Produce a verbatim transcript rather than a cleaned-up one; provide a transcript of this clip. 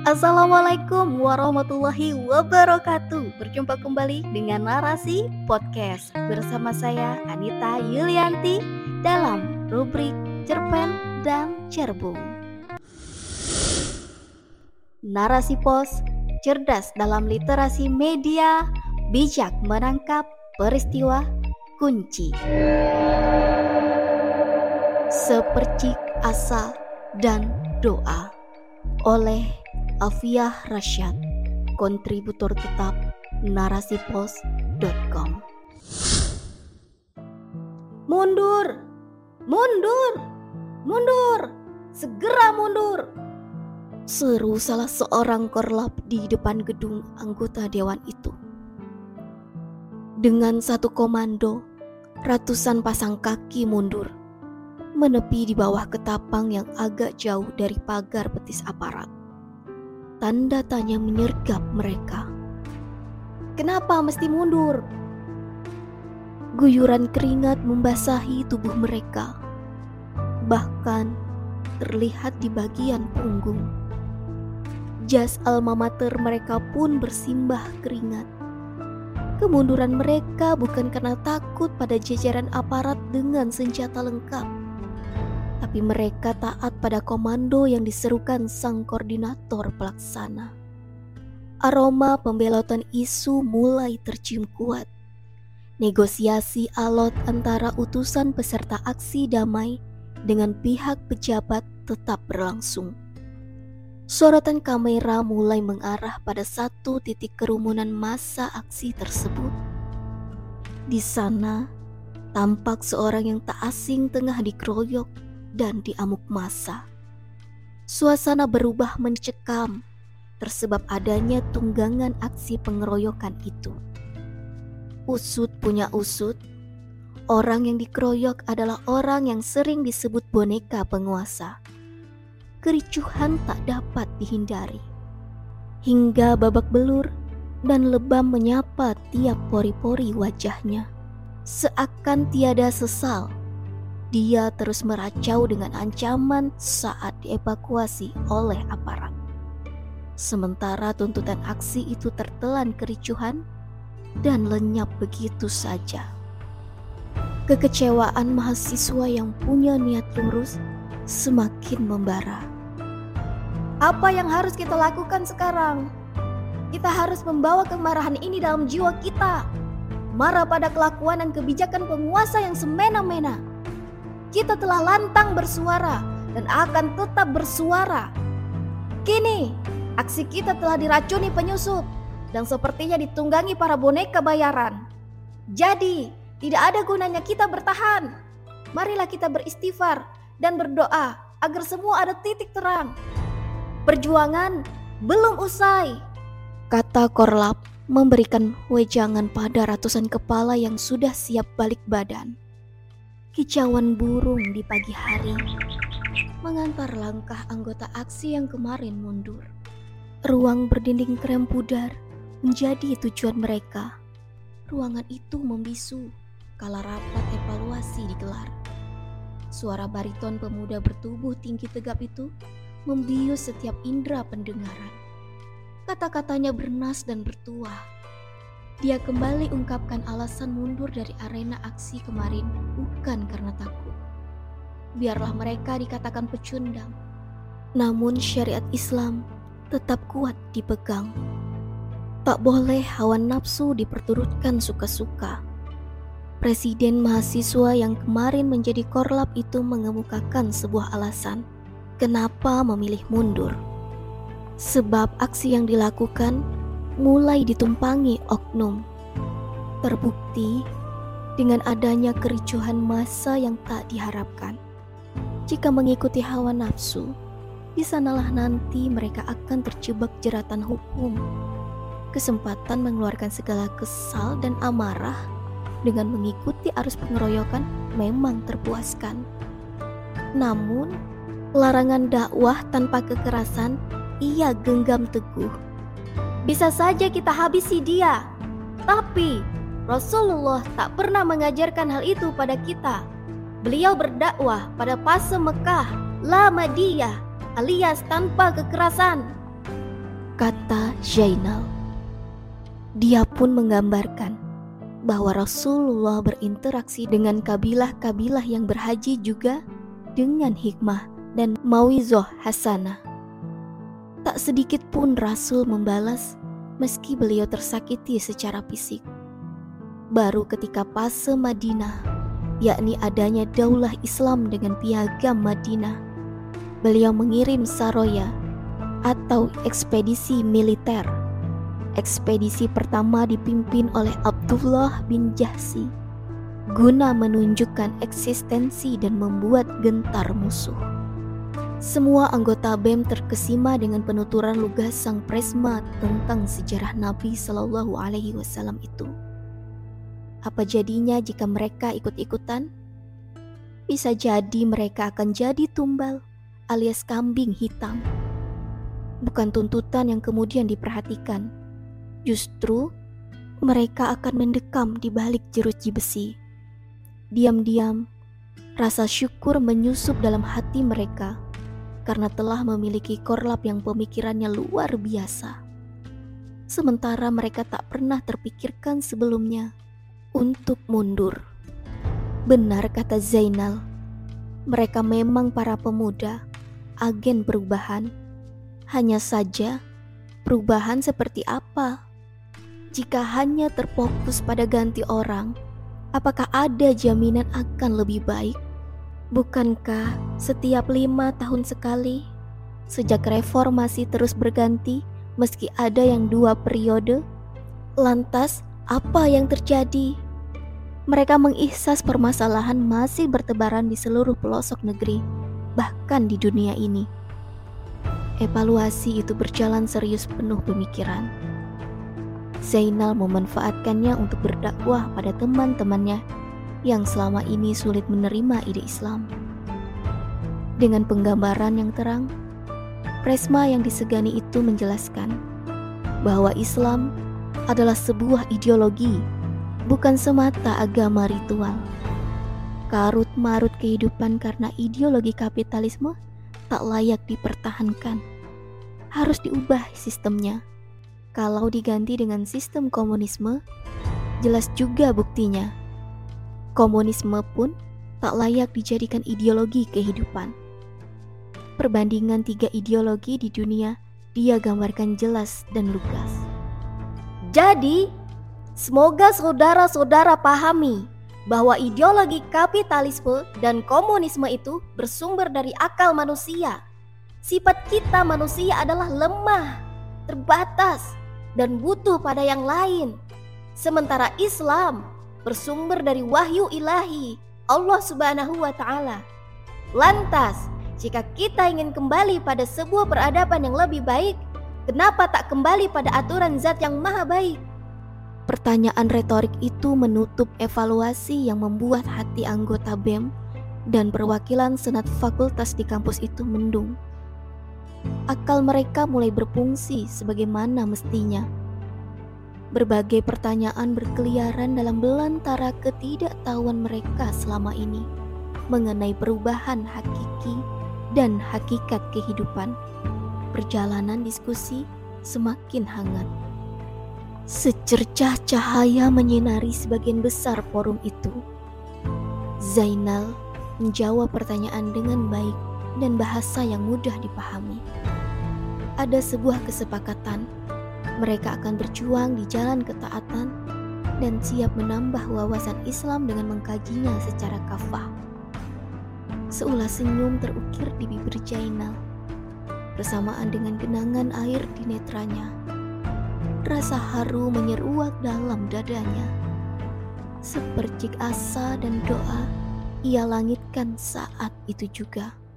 Assalamualaikum warahmatullahi wabarakatuh. Berjumpa kembali dengan Narasi Podcast bersama saya Anita Yulianti dalam rubrik Cerpen dan Cerbung. Narasi Pos, cerdas dalam literasi media, bijak menangkap peristiwa kunci. Sepercik asa dan doa oleh Afiah Rasyad, kontributor tetap narasipos dot com. Mundur, mundur, mundur, segera mundur, seru salah seorang korlap di depan gedung anggota dewan itu. Dengan satu komando, ratusan pasang kaki mundur, menepi di bawah ketapang yang agak jauh dari pagar betis aparat. Tanda tanya menyergap mereka. Kenapa mesti mundur? Guyuran keringat membasahi tubuh mereka, bahkan terlihat di bagian punggung. Jas alma mater mereka pun bersimbah keringat. Kemunduran mereka bukan karena takut pada jajaran aparat dengan senjata lengkap, tapi mereka taat pada komando yang diserukan sang koordinator pelaksana. Aroma pembelotan isu mulai tercium kuat. Negosiasi alot antara utusan peserta aksi damai dengan pihak pejabat tetap berlangsung. Sorotan kamera mulai mengarah pada satu titik kerumunan massa aksi tersebut. Di sana, tampak seorang yang tak asing tengah dikeroyok dan diamuk massa. Suasana berubah mencekam tersebab adanya tunggangan aksi pengeroyokan itu. Usut punya usut, orang yang dikeroyok adalah orang yang sering disebut boneka penguasa. Kericuhan tak dapat dihindari, hingga babak belur dan lebam menyapa tiap pori-pori wajahnya. Seakan tiada sesal, dia terus meracau dengan ancaman saat dievakuasi oleh aparat. Sementara tuntutan aksi itu tertelan kericuhan dan lenyap begitu saja. Kekecewaan mahasiswa yang punya niat lurus semakin membara. Apa yang harus kita lakukan sekarang? Kita harus membawa kemarahan ini dalam jiwa kita. Marah pada kelakuan dan kebijakan penguasa yang semena-mena. Kita telah lantang bersuara dan akan tetap bersuara. Kini, aksi kita telah diracuni penyusup dan sepertinya ditunggangi para boneka bayaran. Jadi, tidak ada gunanya kita bertahan. Marilah kita beristighfar dan berdoa agar semua ada titik terang. Perjuangan belum usai, kata Korlap memberikan wejangan pada ratusan kepala yang sudah siap balik badan. Kicauan burung di pagi hari mengantar langkah anggota aksi yang kemarin mundur. Ruang berdinding krem pudar menjadi tujuan mereka. Ruangan itu membisu kala rapat evaluasi digelar. Suara bariton pemuda bertubuh tinggi tegap itu membius setiap indera pendengaran. Kata-katanya bernas dan bertuah. Dia kembali ungkapkan alasan mundur dari arena aksi kemarin bukan karena takut. Biarlah mereka dikatakan pecundang, namun syariat Islam tetap kuat dipegang. Tak boleh hawa nafsu diperturutkan suka-suka. Presiden mahasiswa yang kemarin menjadi korlap itu mengemukakan sebuah alasan kenapa memilih mundur. Sebab aksi yang dilakukan mulai ditumpangi oknum. Terbukti dengan adanya kericuhan massa yang tak diharapkan. Jika mengikuti hawa nafsu, di sanalah nanti mereka akan terjebak jeratan hukum. Kesempatan mengeluarkan segala kesal dan amarah dengan mengikuti arus pengeroyokan memang terpuaskan. Namun, larangan dakwah tanpa kekerasan ia genggam teguh. Bisa saja kita habisi dia, tapi Rasulullah tak pernah mengajarkan hal itu pada kita. Beliau berdakwah pada fase Mekah, la Madiyah, alias tanpa kekerasan. kata Zainal. Dia pun menggambarkan bahwa Rasulullah berinteraksi dengan kabilah-kabilah yang berhaji juga dengan hikmah dan mauizah hasanah. Tak sedikit pun Rasul membalas meski beliau tersakiti secara fisik. Baru ketika fase Madinah, yakni adanya daulah Islam dengan piagam Madinah, beliau mengirim saroya atau ekspedisi militer. Ekspedisi pertama dipimpin oleh Abdullah bin Jahsy guna menunjukkan eksistensi dan membuat gentar musuh. Semua anggota B E M terkesima dengan penuturan lugas sang Presma tentang sejarah Nabi Shallallahu Alaihi Wasallam itu. Apa jadinya jika mereka ikut-ikutan? Bisa jadi mereka akan jadi tumbal alias kambing hitam. Bukan tuntutan yang kemudian diperhatikan. Justru mereka akan mendekam di balik jeruji besi. Diam-diam, rasa syukur menyusup dalam hati mereka karena telah memiliki korlap yang pemikirannya luar biasa. Sementara mereka tak pernah terpikirkan sebelumnya untuk mundur. Benar kata Zainal, mereka memang para pemuda, agen perubahan. Hanya saja, perubahan seperti apa? Jika hanya terfokus pada ganti orang, apakah ada jaminan akan lebih baik? Bukankah setiap lima tahun sekali, sejak reformasi terus berganti meski ada yang dua periode? Lantas apa yang terjadi? Mereka mengihsas permasalahan masih bertebaran di seluruh pelosok negeri, bahkan di dunia ini. Evaluasi itu berjalan serius penuh pemikiran. Zainal memanfaatkannya untuk berdakwah pada teman-temannya yang selama ini sulit menerima ide Islam. Dengan penggambaran yang terang, Presma yang disegani itu menjelaskan bahwa Islam adalah sebuah ideologi, bukan semata agama ritual. Karut marut kehidupan karena ideologi kapitalisme tak layak dipertahankan. Harus diubah sistemnya. Kalau diganti dengan sistem komunisme, jelas juga buktinya. Komunisme pun tak layak dijadikan ideologi kehidupan. Perbandingan tiga ideologi di dunia dia gambarkan jelas dan lugas. Jadi, semoga saudara-saudara pahami bahwa ideologi kapitalisme dan komunisme itu bersumber dari akal manusia. Sifat kita manusia adalah lemah, terbatas, dan butuh pada yang lain. Sementara Islam bersumber dari wahyu ilahi Allah Subhanahu wa Ta'ala. Lantas, jika kita ingin kembali pada sebuah peradaban yang lebih baik, kenapa tak kembali pada aturan zat yang maha baik? Pertanyaan retorik itu menutup evaluasi yang membuat hati anggota B E M dan perwakilan senat fakultas di kampus itu mendung. Akal mereka mulai berfungsi sebagaimana mestinya. Berbagai pertanyaan berkeliaran dalam belantara ketidaktahuan mereka selama ini mengenai perubahan hakiki dan hakikat kehidupan. Perjalanan diskusi semakin hangat. Secercah cahaya menyinari sebagian besar forum itu. Zainal menjawab pertanyaan dengan baik dan bahasa yang mudah dipahami. Ada sebuah kesepakatan, mereka akan berjuang di jalan ketaatan dan siap menambah wawasan Islam dengan mengkajinya secara kafah. Seulas senyum terukir di bibir Zainal, bersamaan dengan genangan air di netranya. Rasa haru menyeruak dalam dadanya. Sepercik asa dan doa ia langitkan saat itu juga.